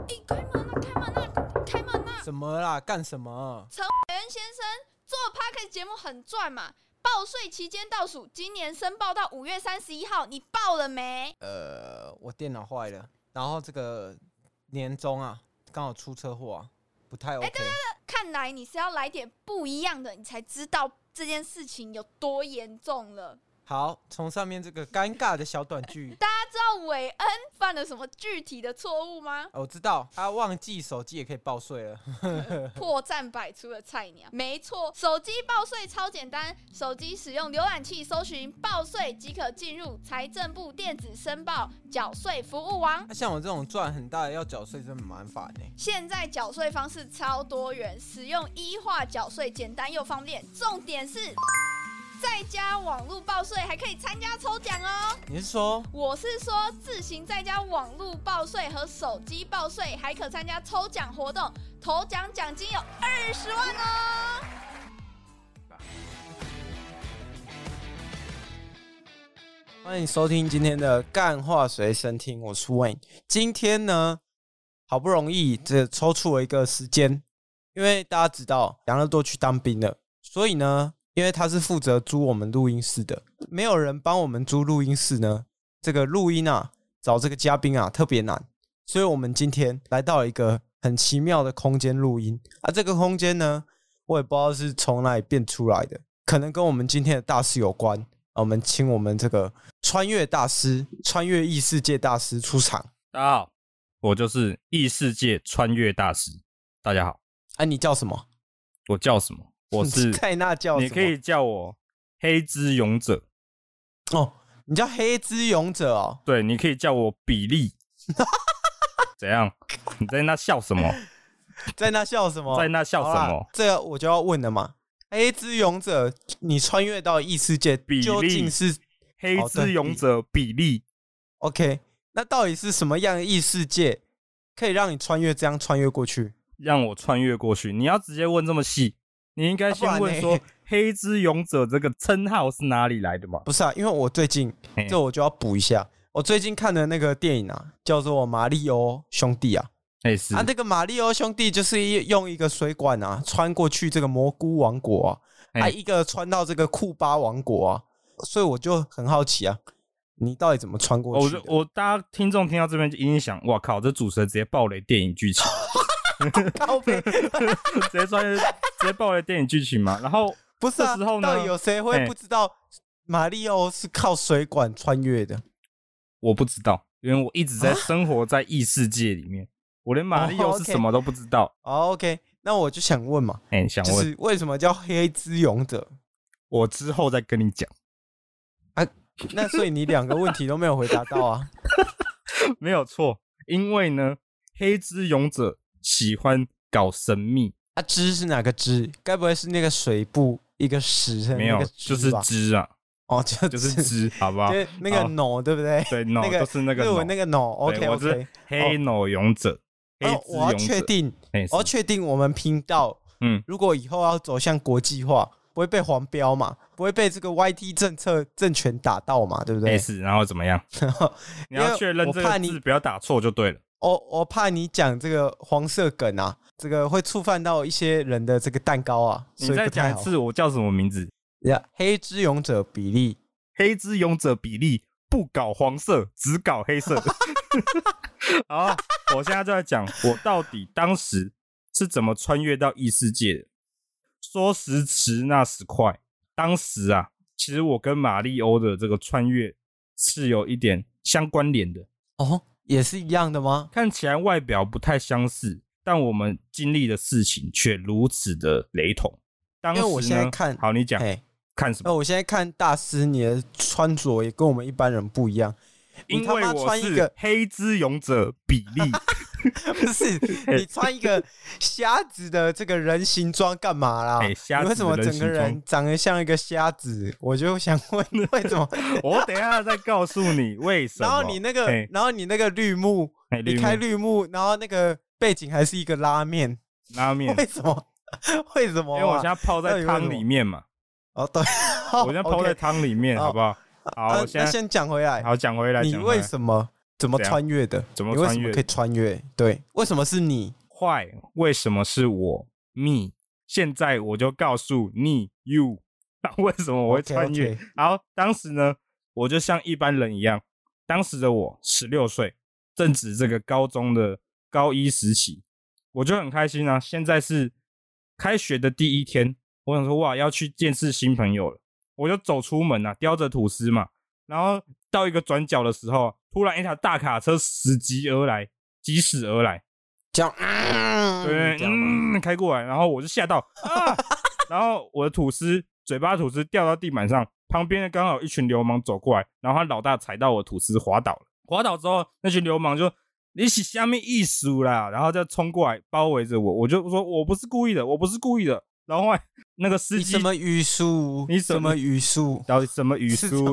开门啊！ 什么啦？干什么？ 陈伟恩先生做 Podcast 节目很赚嘛？报税期间倒数，今年申报到5月31号，你报了没？ 我电脑坏了，然后这个年终啊，刚好出车祸啊，不太 OK。 对，看来你是要来点不一样的，你才知道这件事情有多严重了。 好，从上面这个尴尬的小短剧， 大家知道韦恩犯了什么具体的错误吗？ 我知道，他忘记手机也可以报税了， 破绽百出的菜鸟。没错，手机报税超简单，手机使用浏览器搜寻报税即可进入财政部电子申报缴税服务网。 像我这种赚很大的要缴税，真的蛮烦的。 现在缴税方式超多元，使用1化缴税简单又方便，重点是在家网络报税还可以参加抽奖哦！ 你是说？ 我是说，自行在家网络报税和手机报税还可参加抽奖活动，头奖奖金有20万哦！ 欢迎收听今天的干话随身听，我是 Wayne。今天呢，好不容易抽出了一个时间，因为大家知道杨乐多去当兵了，所以呢，因为他是负责租我们录音室的，没有人帮我们租录音室呢，这个录音啊，找这个嘉宾啊特别难，所以我们今天来到了一个很奇妙的空间录音啊。这个空间呢，我也不知道是从哪里变出来的，可能跟我们今天的大事有关。我们请我们这个穿越大师、穿越异世界大师出场。 大家好，我就是异世界穿越大师。大家好， 你叫什么？ 我叫什么？我是在那叫什么？ 你可以叫我黑之勇者。 哦，你叫黑之勇者哦？ 对，你可以叫我比利。怎样？你在那笑什么？ 在那笑什么？ 在那笑什么？ 这个我就要问了嘛。黑之勇者，你穿越到异世界，究竟是黑之勇者比利 ？OK， 那到底是什么样的异世界可以让你穿越这样穿越过去？ 让我穿越过去？你要直接问这么细？你应该先问说黑之勇者这个称号是哪里来的嘛？ 不是啊，因为我最近这我就要补一下，我最近看的那个电影啊，叫做《马里欧兄弟》啊。 是那个马里欧兄弟就是用一个水管啊穿过去这个蘑菇王国啊，一个穿到这个库巴王国啊，所以我就很好奇啊，你到底怎么穿过去的？ 我大家听众听到这边就一定想，哇靠，这主持人直接爆雷电影剧情，直接爆雷电影剧情嘛？然后不是啊， 这时候呢， 到底有谁会不知道马里欧是靠水管穿越的？ 我不知道，因为我一直在生活在异世界里面。我连马里奥是什么都不知道。 OK， 那我就想问嘛， 想问就是为什么叫黑之勇者？ 我之后再跟你讲啊。那所以你2个问题都没有回答到啊。 没有错，因为呢，黑之勇者喜欢搞神秘啊。之是哪个之？该不会是那个水部一个石的那个？ 没有，就是之啊。 哦，就是之，好不好？ 那个 no 对不对？ 对 no， 那个就是那个 no， 那个 no。OK， 我是黑 no 勇者。 我要确定，我们频道，如果以后要走向国际化，不会被黄标嘛，不会被这个 YT 政权打到嘛，对不对？ 是，然后怎么样？你要确认这个字不要打错就对了。 我怕你讲这个黄色梗啊，这个会触犯到一些人的这个蛋糕啊。 你再讲一次，我叫什么名字？ 黑之勇者比利。 黑之勇者比利不搞黄色，只搞黑色。好，我现在就在讲我到底当时是怎么穿越到异世界的。说时迟那时快，当时啊，其实我跟马里欧的这个穿越是有一点相关联的。 哦，也是一样的吗？ 看起来外表不太相似，但我们经历的事情却如此的雷同。当时呢， 因为我现在看， 好，你讲看什么？ 我现在看大师，你的穿着也跟我们一般人不一样。 因为我是黑之勇者比利。 不是，你穿一个瞎子的这个人形装干嘛啦？ 你为什么整个人长得像一个瞎子？我就想问为什么？ 我等一下再告诉你为什么。 然后你那个绿幕，你开绿幕，然后那个背景还是一个拉面。为什么？为什么？ 因为我现在泡在汤里面嘛。 哦，对， 我现在泡在汤里面，好不好？好， 那先讲回来。 好，讲回来。 你为什么怎么穿越的？ 怎么穿越？ 你为什么可以穿越？对，为什么是你？ 坏，为什么是我 ？me， 现在我就告诉你 you， 为什么我会穿越？ OK， 然后当时呢，我就像一般人一样，当时的我16岁，正值这个高中的高一时期，我就很开心啊。现在是开学的第一天，我想说哇，要去见识新朋友了，我就走出门啊，叼着吐司嘛，然后到一个转角的时候，突然一台大卡车驶驶而来。 这样， 对，开过来，然后我就吓到啊，然后我的嘴巴吐司掉到地板上，旁边刚好有一群流氓走过来，然后他老大踩到我吐司滑倒了，滑倒之后，那群流氓就你是下面艺术啦，然后就冲过来包围着我，我就说我不是故意的，然后后来那个司机你什么语速？ 你什么语速？ 到底什么语速？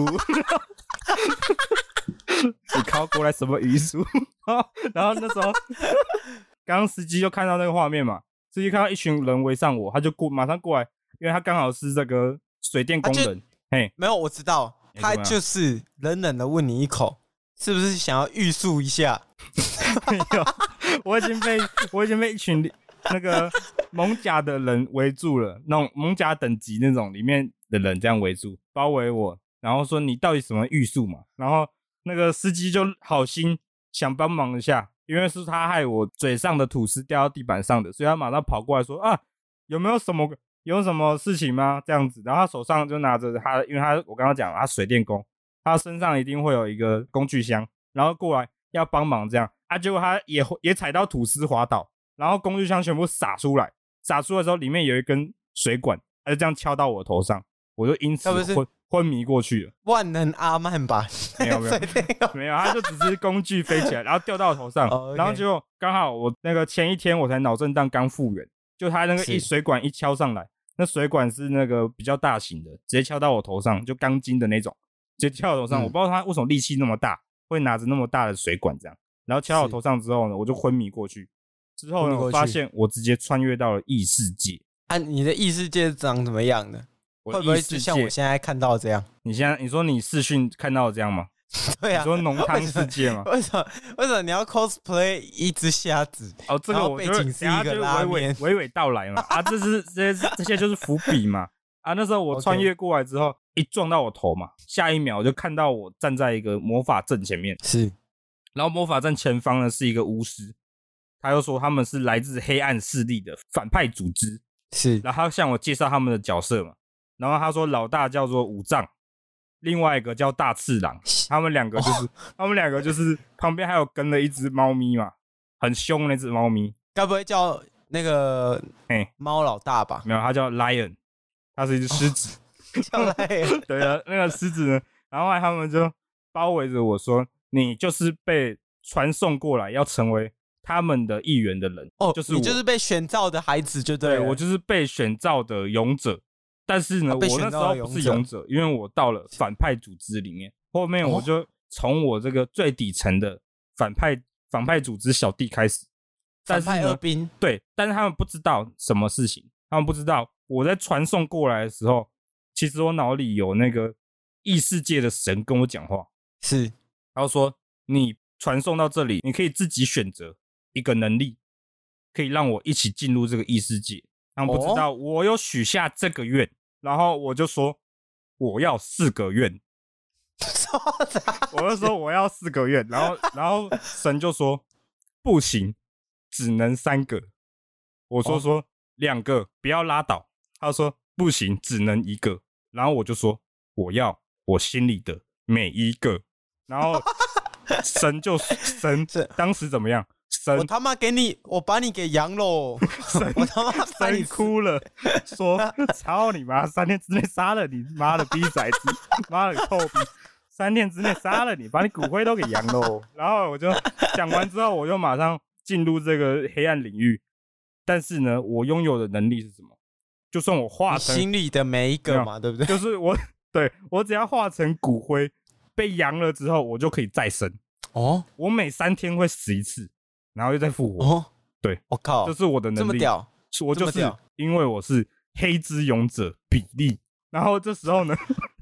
你靠过来什么语速？然后那时候，刚刚司机就看到那个画面嘛，司机看到一群人围上我，他就马上过来，因为他刚好是这个水电工人。嘿， 没有，我知道，他就是冷冷的问你一口，是不是想要预速一下？ 没有，我已经被一群那个蒙甲的人围住了，那种蒙甲等级那种里面的人这样围住包围我，然后说你到底什么预速嘛？然后那个司机就好心想帮忙一下，因为是他害我嘴上的吐司掉到地板上的，所以他马上跑过来说啊，有什么事情吗？这样子，然后他手上就拿着他，因为我刚刚讲他水电工，他身上一定会有一个工具箱，然后过来要帮忙这样啊，结果他也踩到吐司滑倒，然后工具箱全部洒出来的时候，里面有一根水管，他就这样敲到我头上，我就因此昏迷过去了。 万能阿曼吧？ 没有，他就只是工具飞起来，然后掉到我头上，然后结果刚好我那个前一天我才脑震荡刚复原，就他那个水管一敲上来，那水管是那个比较大型的，直接敲到我头上，就钢筋的那种，直接敲到我头上，我不知道他为什么力气那么大，会拿着那么大的水管这样，然后敲到我头上之后呢，我就昏迷过去。之后呢，我发现我直接穿越到了异世界。 啊，你的异世界长怎么样呢？会不会是像我现在看到这样？ 你说你视讯看到这样吗？ 对啊， 你说浓汤世界吗？ 为什么你要 cosplay 一只虾子？ 哦，这个我背景是一个拉面， 娓娓道来嘛。啊，这些就是伏笔嘛。啊，那时候我穿越过来之后，一撞到我头嘛，下一秒我就看到我站在一个魔法阵前面， 是， 然后魔法阵前方呢是一个巫师，他又说他们是来自黑暗势力的反派组织， 是， 然后他向我介绍他们的角色嘛。然后他说老大叫做武藏，另外一个叫大次郎，他们两个就是旁边还有跟了一只猫咪嘛，很凶那只猫咪， 该不会叫那个猫老大吧？ 没有，他叫 Lion， 他是一只狮子， 叫 Lion。 对啊，那个狮子呢，然后他们就包围着我说，你就是被传送过来要成为他们的一员的人，就是你就是被选召的孩子，就对了。 对，我就是被选召的勇者。但是呢，我那时候不是勇者，因为我到了反派组织里面，后面我就从我这个最底层的反派组织小弟开始。 反派二兵， 对，但是他们不知道什么事情，他们不知道我在传送过来的时候，其实我脑里有那个异世界的神跟我讲话， 是， 然后说你传送到这里，你可以自己选择一个能力，可以让我一起进入这个异世界。他们不知道我有许下这个愿，然后我就说我要4个愿，我就说我要4个愿，然后神就说不行，只能3个。我说2个不要拉倒，他说不行，只能1个。然后我就说我要我心里的每一个，然后神当时怎么样？ 我他妈我把你给扬喽！我他妈神哭了，说：“操你妈！3天之内杀了你妈的逼崽子，妈的臭逼！3天之内杀了你，把你骨灰都给扬喽！”然后我就讲完之后，我就马上进入这个黑暗领域。但是呢，我拥有的能力是什么？就算我化成你心里的每一个嘛，对不对？ 就是我只要化成骨灰被扬了之后，我就可以再生。我每3天会死一次。然后又再复活，对， 我靠， 这是我的能力， 这么屌！ 我就是因为我是黑之勇者比利，然后这时候呢，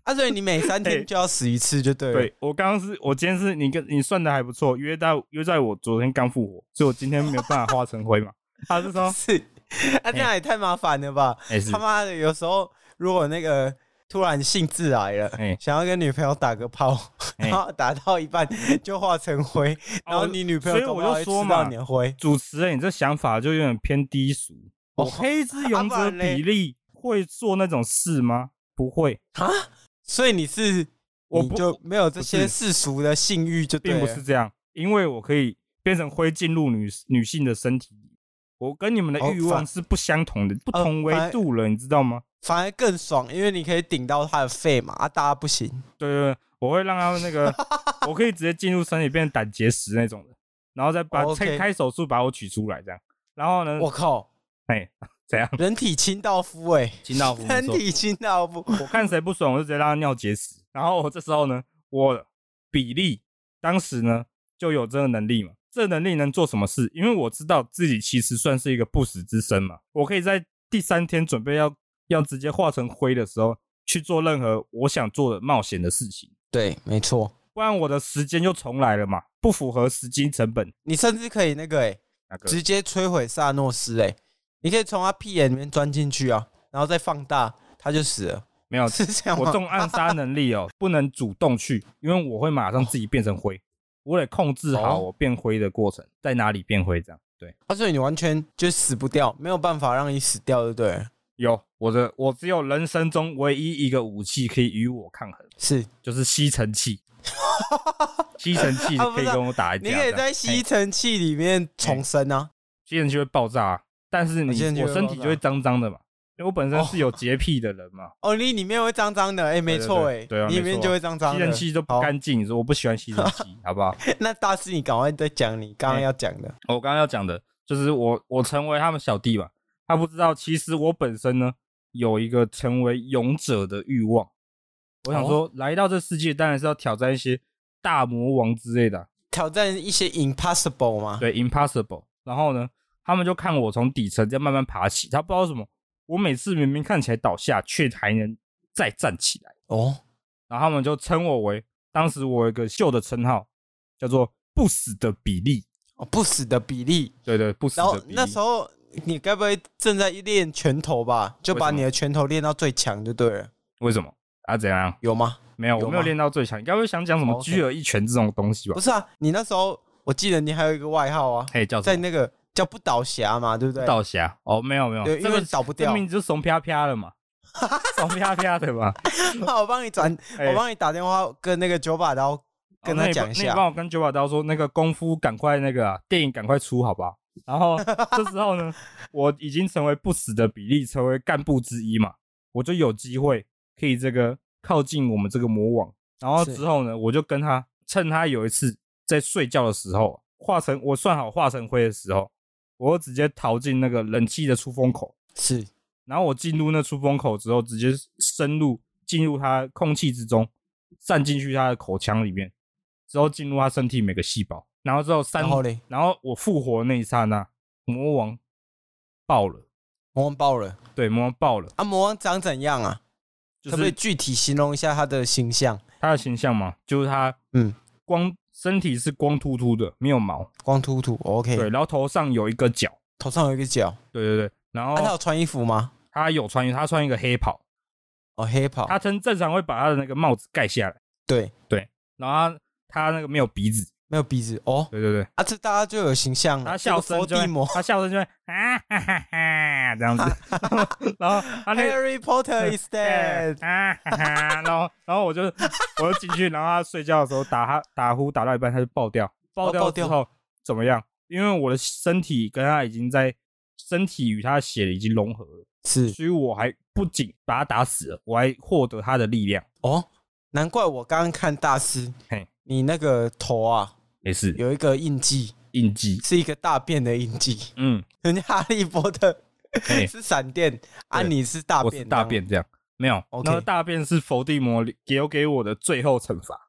啊，所以你每3天就要死一次就对了。 对，我今天是你算的还不错，约在我昨天刚复活，所以我今天没有办法化成灰嘛。他是说是，啊，这样也太麻烦了吧？他妈的，有时候如果那个突然兴致来了，想要跟女朋友打个炮，然后打到一半就化成灰，然后你女朋友搞不好会吃到你的灰。 主持人，你这想法就有点偏低俗。我黑之勇者比利会做那种事吗？不会啊。所以你就没有这些世俗的性欲就对了， 并不是这样，因为我可以变成灰进入女性的身体里，我跟你们的欲望是不相同的，不同维度了，你知道吗？ 反而更爽，因为你可以顶到他的肺嘛，啊，大家不行。 对，我会让他们那个，我可以直接进入身体变成胆结石那种的，然后再开手术把我取出来这样。然后呢？ 我靠， 怎样？ 人体清道夫清道夫， 人体清道夫。 我看谁不爽，我就直接让他尿结石。然后这时候呢，我比利当时呢就有这个能力嘛。这个能力能做什么事？因为我知道自己其实算是一个不死之身嘛，我可以在第3天准备要直接化成灰的时候去做任何我想做的冒险的事情。 对，没错。 不然我的时间就重来了嘛，不符合时间成本。 你甚至可以直接摧毁萨诺斯你可以从他屁眼里面钻进去啊，然后再放大，他就死了。 没有， 是这样吗？ 我这种暗杀能力不能主动去，因为我会马上自己变成灰，我得控制好我变灰的过程，在哪里变灰这样。对， 所以你完全就死不掉，没有办法让你死掉，对不对？ 有我只有人生中唯一一个武器可以与我抗衡，就是吸尘器。吸尘器可以跟我打一架， 你可以在吸尘器里面重生啊， 吸尘器会爆炸但是我身体就会脏脏的嘛，因为我本身是有洁癖的人嘛。 你里面会脏脏的，没错对啊， 你里面就会脏脏的。 吸尘器都不干净，所以我不喜欢吸尘器，好不好？ 那大师，你赶快再讲你刚刚要讲的。 我刚刚要讲的就是我成为他们小弟嘛，他不知道其实我本身呢有一个成为勇者的欲望。我想说，来到这世界当然是要挑战一些大魔王之类的， 挑战一些 impossible 吗？ 对 ，impossible。然后呢，他们就看我从底层再慢慢爬起，他不知道为什么，我每次明明看起来倒下，却还能再站起来。然后他们就称我为，当时我有一个秀的称号，叫做不死的比利。 不死的比利。 对，不死的比利。 然后那时候你该不会正在练拳头吧？就把你的拳头练到最强就对了。 为什么？怎样？ 有吗？ 没有，我没有练到最强。你该不会想讲什么居尔一拳这种东西吧？ 不是啊，你那时候我记得你还有一个外号啊， 叫在那个叫不倒侠嘛，对不对？ 不倒侠没有， 对，因为倒不掉， 这名字就怂啪啪了嘛，怂啪啪的嘛。 我帮你我帮你打电话跟那个九把刀跟他讲一下。 你帮我跟九把刀说，那个功夫赶快电影赶快出好不好？然后这时候呢，我已经成为不死的比利，成为干部之一嘛，我就有机会可以靠近我们这个魔王。然后之后呢，我就跟他趁他有一次在睡觉的时候，我算好化成灰的时候，我就直接逃进那个冷气的出风口。然后我进入那出风口之后，直接进入他空气之中，散进去他的口腔里面，之后进入他身体每个细胞。然后之后然后我复活的那一刹那，魔王爆了。对，魔王爆了。 魔王长怎样啊？可不可以具体形容一下他的形象？ 他的形象嘛，就是他身体是光秃秃的，没有毛， 光秃秃。OK。 对，然后头上有一个角。对。然后他有穿衣服吗？ 他有穿衣服，他穿一个黑袍。 黑袍。 他正常会把他的那个帽子盖下来。 对。 然后他那个没有鼻子。对。 这大家就有形象了。 他笑声就会哈哈哈这样子。然后他 Harry Potter is dead。 然后我就进去，然后他睡觉的时候打呼打到一半他就爆掉。爆掉之后怎么样？因为我的身体跟他已经在身体与他的血已经融合了，所以我还不仅把他打死了，我还获得他的力量。 难怪我刚刚看大师，你那个头啊。 也是有一个印记是一个大便的印记。人家哈利波特是闪电，你是大便， 我是大便这样。没有，那个大便是伏地魔给我的最后惩罚。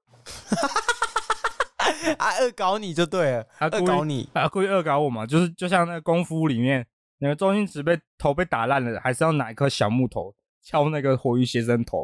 恶搞你就对了，恶搞你， 故意恶搞我嘛，就像那个功夫里面，那个周星驰头被打烂了，还是要拿一颗小木头敲那个火云邪神头嘛。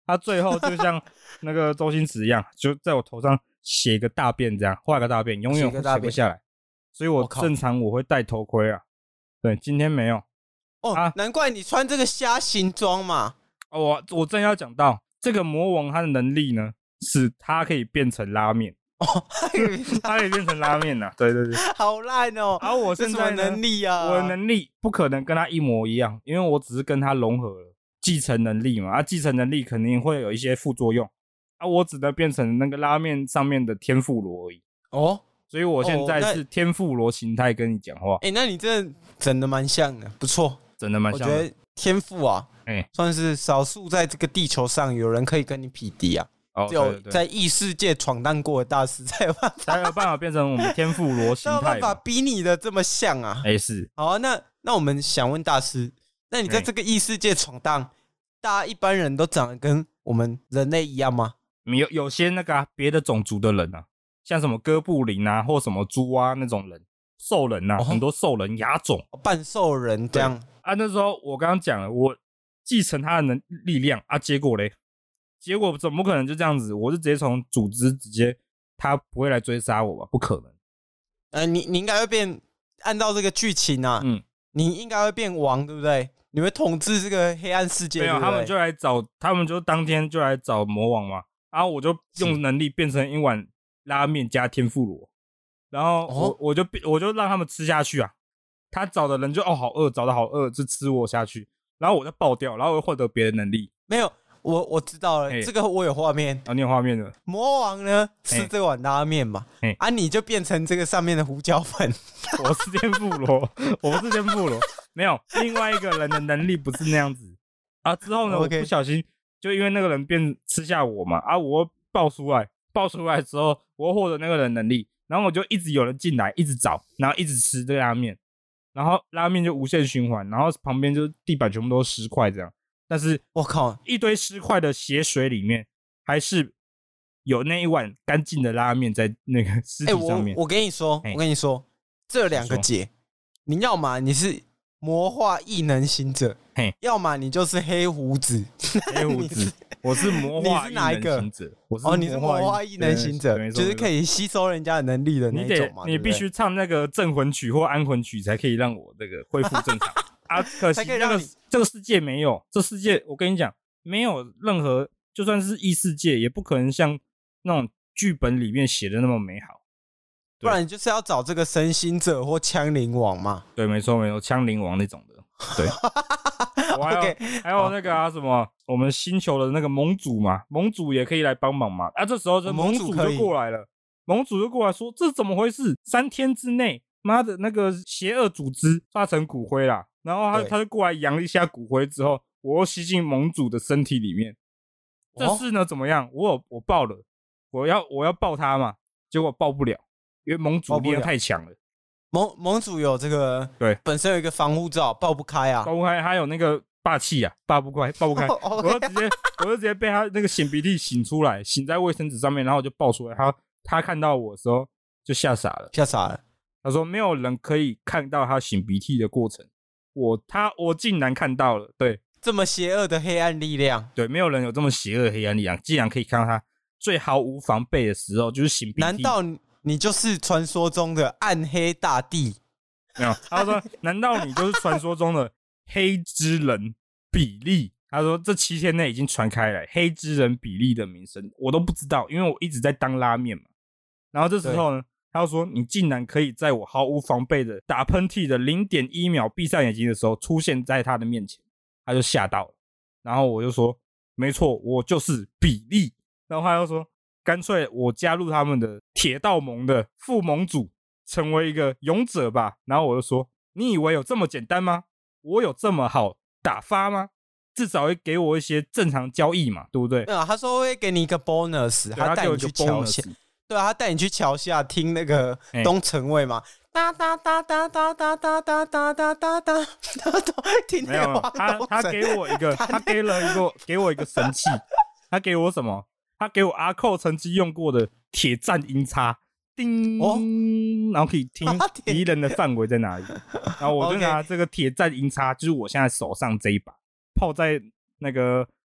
他最后就像那个周星驰一样，就在我头上写个大便这样，画个大便，永远写不下来。所以我正常我会戴头盔啊。对，今天没有。 难怪你穿这个虾形装嘛。 我正要讲到这个魔王，他的能力呢，是他可以变成拉面。他可以变成拉面呐。对对对， 好烂哦。 而我现在能力啊， 我的能力不可能跟他一模一样，因为我只是跟他融合了继承能力嘛。继承能力肯定会有一些副作用。我只能变成那个拉面上面的天妇罗而已。所以我现在是天妇罗形态跟你讲话。 那你这整的蛮像的，不错， 整的蛮像的。 我觉得天赋啊，算是少数在这个地球上有人可以跟你匹敌啊。只有在异世界闯荡过的大师才有办法变成我们天妇罗形态，才有办法比你的这么像啊。 是。 好啊，那我们想问大师，那你在这个异世界闯荡，大家一般人都长得跟我们人类一样吗？ 有些那个别的种族的人啊，像什么哥布林啊，或什么猪啊那种人，兽人啊，很多兽人亚种， 半兽人这样啊。那时候我刚刚讲了，我继承他的力量啊，结果怎么可能就这样子？我是直接从组织他不会来追杀我吧？不可能。 你应该会变，按照这个剧情啊，你应该会变王，对不对？你会统治这个黑暗世界。 没有，他们就当天就来找魔王嘛。然后我就用能力变成一碗拉面加天妇罗，然后我就让他们吃下去啊。他找的人就好饿，找的好饿，就吃我下去，然后我就爆掉，然后我获得别的能力。 没有，我知道了，这个我有画面。 你有画面的。 魔王呢吃这碗拉面嘛，你就变成这个上面的胡椒粉。 我是天妇罗，我不是天妇罗。没有，另外一个人的能力不是那样子啊。之后呢，我不小心。就因为那个人吃下我嘛，我爆出来之后，我获得那个人能力，然后我就一直有人进来，一直找，然后一直吃这个拉面，然后拉面就无限循环，然后旁边就地板全部都是尸块这样。但是我靠， 一堆尸块的血水里面，还是有那一碗干净的拉面在那个尸体上面。 我跟你说，这两个解，你要嘛你是魔化异能行者，要么你就是黑胡子。 黑胡子，我是魔化异能行者。 你是魔化异能行者，就是可以吸收人家的能力的那种嘛。 你必须唱那个镇魂曲或安魂曲，才可以让我这个恢复正常啊。可惜这个世界没有，这世界我跟你讲，没有任何，就算是异世界，也不可能像那种剧本里面写的那么美好。 不然你就是要找这个神行者或枪灵王嘛。 对，没错，枪灵王那种的。对，我还有那个什么，我们星球的那个盟主嘛，盟主也可以来帮忙嘛。这时候这盟主就过来了，盟主就过来说：“这怎么回事？3天之内，妈的那个邪恶组织化成骨灰啦。”然后他就过来扬一下骨灰之后，我又吸进盟主的身体里面。这次呢怎么样？我爆了，我要爆他嘛，结果爆不了。因为盟主力量太强了， 盟主有这个对， 本身有一个防护罩，爆不开啊， 还有那个霸气啊，爆不开，我就直接被他那个擤鼻涕擤出来，擤在卫生纸上面，然后我就爆出来。他看到我的时候就吓傻了，他说没有人可以看到他擤鼻涕的过程，我竟然看到了，对， 这么邪恶的黑暗力量， 对，没有人有这么邪恶的黑暗力量，竟然可以看到他最毫无防备的时候就是擤鼻涕。 难道你就是传说中的暗黑大帝？ 没有，他说难道你就是传说中的黑之人比利？他说这7天内已经传开来黑之人比利的名声，我都不知道，因为我一直在当拉面嘛。然后这时候呢，他就说你竟然可以在我毫无防备的打喷嚏的0.1秒闭上眼睛的时候出现在他的面前，他就吓到了。然后我就说没错，我就是比利。然后他就说干脆我加入他们的铁道盟的副盟主，成为一个勇者吧。然后我就说你以为有这么简单吗？我有这么好打发吗？至少会给我一些正常交易嘛，对不对？ 他说会给你一个 bonus， 他带你去桥下，对啊，他带你去桥下听那个东城卫嘛，哒哒哒哒哒哒哒哒哒哒哒哒，听那个他给我一个，给我一个神器，他给我什么？他给我阿扣曾经用过的铁战音叉，叮，然后可以听敌人的范围在哪里。然后我就拿这个铁战音叉，就是我现在手上这一把，泡在那个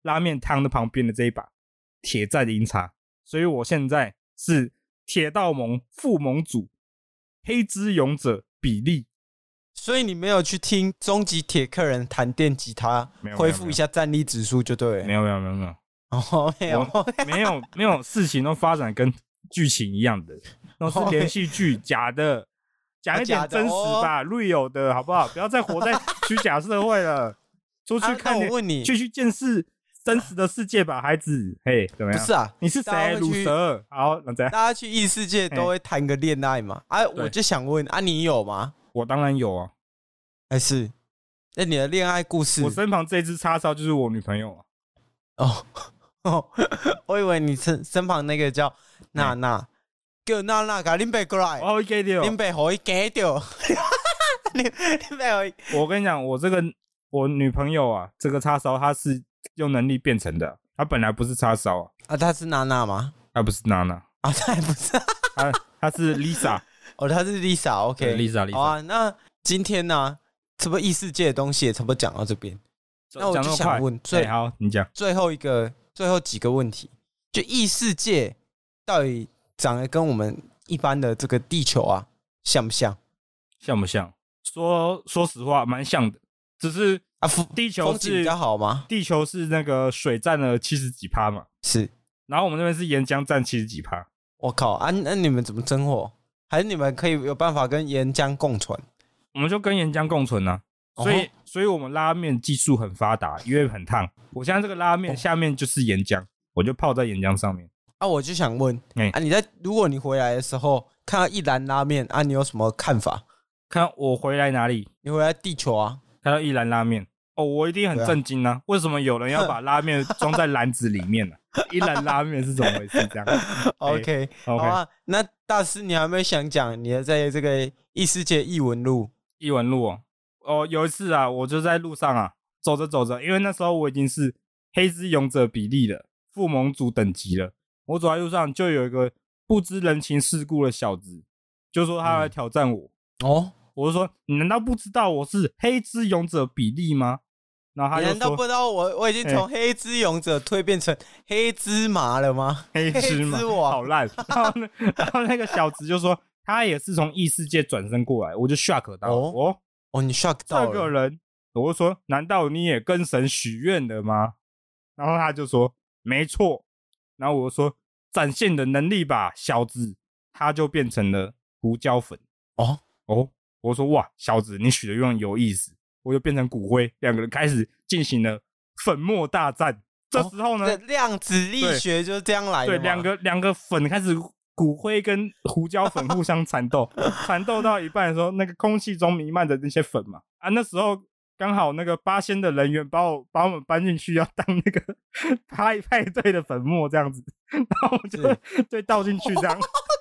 拉面汤的旁边的这一把铁战银茶，所以我现在是铁道盟副盟主黑之勇者比利。 所以你没有去听终极铁客人弹电吉他，恢复一下战力指数就对了。 没有， 哦， 没有，事情都发展跟剧情一样的，都是连续剧，假的，讲一点真实吧，real 的好不好？不要再活在虚假社会了，出去看我问你， 去见识真实的世界吧，孩子。嘿，怎么样？ 不是啊， 你是谁？乳蛇。好，那这样， 大家去异世界都会谈个恋爱嘛？啊，我就想问啊，你有吗？ 我当然有啊。 还是那你的恋爱故事？ 我身旁这只叉烧就是我女朋友啊。哦，我以为你身旁那个叫娜娜，叫娜娜，把林北过来， 我会给掉， 林北可以给掉。林北， 我跟你讲，我女朋友啊，这个叉烧她是用能力变成的，她本来不是叉烧啊。 啊，她是娜娜吗？ 她不是娜娜啊，她也不是， 她是 Lisa。 哦，她是 Lisa，OK，Lisa。好啊，那今天呢？差不多异世界的东西也差不多讲到这边，那我就想问， 好，你讲最后几个问题，就异世界到底长得跟我们一般的这个地球啊像不像？ 像不像？说实话，蛮像的，只是啊，地球风景比较好吗？ 地球是那个水占了70几%嘛， 是， 然后我们那边是岩浆占70几%。 我靠啊！那你们怎么生活？还是你们可以有办法跟岩浆共存？ 我们就跟岩浆共存啊，所以我们拉面技术很发达，因为很烫。我现在这个拉面下面就是岩浆，我就泡在岩浆上面。 啊，我就想问，如果你回来的时候看到一兰拉面啊，你有什么看法？ 看我回来哪里？ 你回来地球啊？ 看到一兰拉面，我一定很震惊啊！为什么有人要把拉面装在篮子里面呢？一兰拉面是怎么回事？这样 ？OK， 好啊。那大师，你还没有想讲你的在这个异世界异闻录？ 异闻录有一次啊，我就在路上啊，走着，因为那时候我已经是黑之勇者比利了，副盟主等级了。我走在路上，就有一个不知人情世故的小子，就说他来挑战我。我就说，你难道不知道我是黑之勇者比利吗？然后他就说， 你难道不知道我已经从黑之勇者蜕变成黑芝麻了吗？ 黑芝麻好烂。然后那个小子就说，他也是从异世界转身过来，我就 shock 到你 shock 到了这个人。我就说，难道你也跟神许愿了吗？然后他就说，没错。然后我就说，展现你的能力吧，小子。他就变成了胡椒粉。我说，哇，小子，你许的愿有意思。我就变成骨灰，两个人开始进行了粉末大战。这时候呢， 量子力学就是这样来的。 对，两个粉开始骨灰跟胡椒粉互相缠斗，缠斗到一半的时候，那个空气中弥漫的那些粉嘛，那时候刚好那个八仙的人员把我们搬进去，要当那个派对的粉末这样子，然后我就倒进去这样。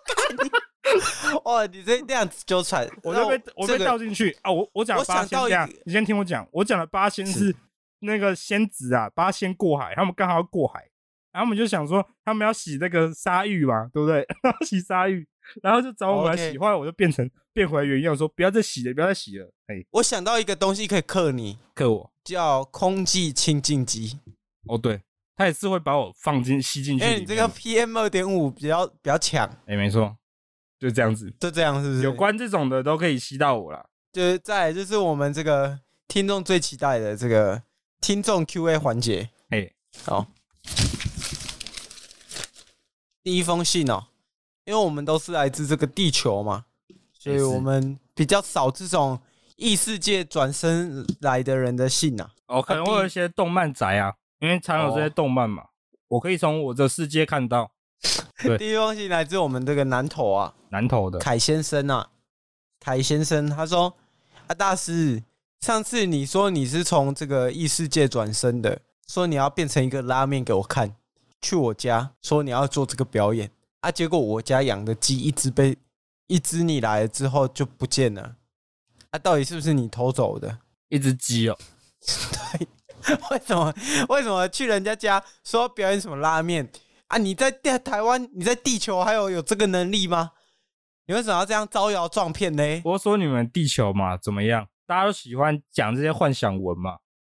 你这样子纠缠， 我被倒进去啊！我讲八仙这样，你先听我讲。我讲的八仙是那个仙子啊，八仙过海，他们刚好要过海，然后我们就想说他们要洗那个鲨鱼嘛，对不对？洗鲨鱼，然后就找我们来洗。后来我就变回来原样，说不要再洗了，不要再洗了。 我想到一个东西可以克你， 克我叫空气清净机。 对，它也是会把我吸进去， 因为你这个 PM2.5 比较强。 没错。就这样子， 就这样，是不是？ 有关这种的都可以吸到我啦。 就是再来就是我们这个听众最期待的这个听众 Q&A 环节。好，第一封信因为我们都是来自这个地球嘛，所以我们比较少这种异世界转身来的人的信可能会有一些动漫宅啊，因为常有这些动漫嘛，我可以从我的世界看到。 第一封信来自我们这个南投的凯先生凯先生他说大师，上次你说你是从这个异世界转身的，说你要变成一个拉面给我看，去我家说你要做这个表演结果我家养的鸡一只你来了之后就不见了到底是不是你偷走的？ 一只鸡对，为什么去人家说要表演什么拉面你在台湾，你在地球还有这个能力吗？你为什么要这样招摇撞骗呢？ 我说你们地球嘛，怎么样？大家都喜欢讲这些幻想文嘛，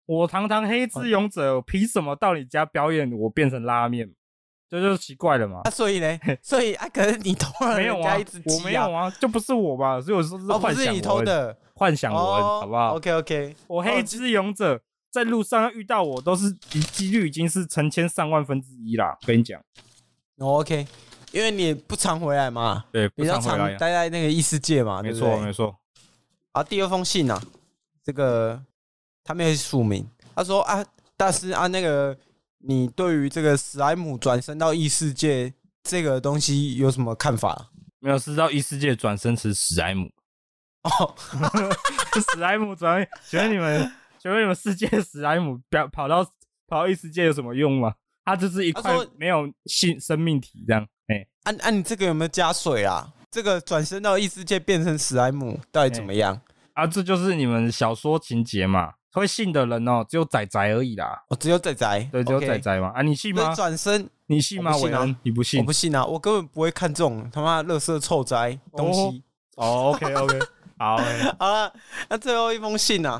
我堂堂黑之勇者，凭什么到你家表演我变成拉面？这就是奇怪了嘛。 所以呢，所以可是你偷了人家一只鸡我没有啊，就不是我吧？所以我说是幻想文， 不是你偷的幻想文，好不好 ？OK， 我黑之勇者在路上遇到我，都是几率已经是成千上万分之一啦。跟你讲 ，OK， 因为你不常回来嘛， 对， 比较常待在那个异世界嘛， 没错没错。 啊，第二封信啊，这个他没有署名，他说啊，大师啊，那个你对于这个史莱姆转身到异世界这个东西有什么看法？ 没有，是到异世界转身成史莱姆。 哦， 史莱姆转，请问你们世界史莱姆跑到异世界有什么用吗？它就是一块没有生命体这样。 你这个有没有加水啊？这个转身到异世界变成史莱姆到底怎么样？ 这就是你们小说情节嘛。会信的人只有仔仔而已啦。 只有仔仔， 对，只有仔仔嘛。你信吗？ 转身， 你信吗？伟恩，你不信？ 我不信啊！我根本不会看这种他妈垃圾臭宅东西。 OK， 好， 好了，那最后一封信啊，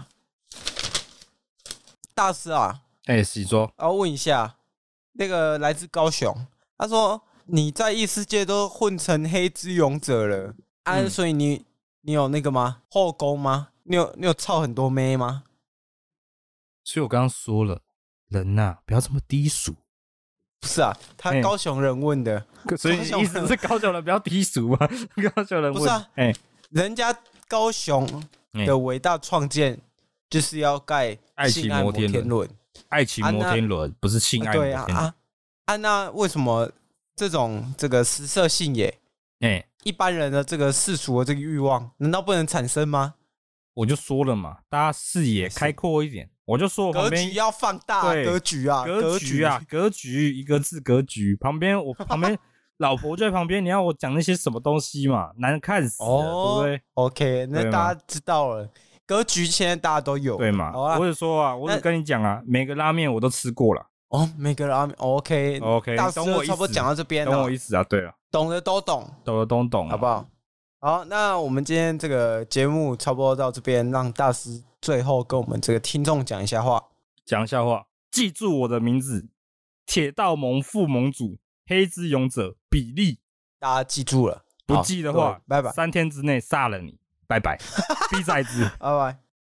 大师啊， 喜说， 我要问一下，那个来自高雄，他说你在异世界都混成黑之勇者了所以你有那个吗？后宫吗？你有操很多妹吗？ 所以我刚刚说了，人呐，不要这么低俗。 不是啊，他高雄人问的， 所以意思是高雄人不要低俗吗？高雄人问， 不是啊，人家高雄的伟大创建就是要盖性爱摩天轮， 爱情摩天轮不是性爱摩天轮那为什么这个食色性也，一般人的这个世俗的这个欲望，难道不能产生吗？ 我就说了嘛，大家视野开阔一点。我就说格局要放大，格局啊， 格局一个字，格局。旁边老婆就在旁边，你要我讲那些什么东西嘛？难看死了，对不对 ？OK， 那大家知道了，格局现在大家都有， 对嘛？我是说啊，我是跟你讲啊，每个拉面我都吃过了。 每个拉面 OK， 大师差不多讲到这边了， 懂我意思啊？对了， 懂的都懂， 懂的都懂， 好不好？好，那我们今天这个节目差不多到这边，让大师最后跟我们这个听众讲一下话。 记住我的名字：铁道盟副盟主黑之勇者比利。 大家记住了， 不记的话， 拜拜。 3天之内杀了你，拜拜。逼崽子， 拜拜。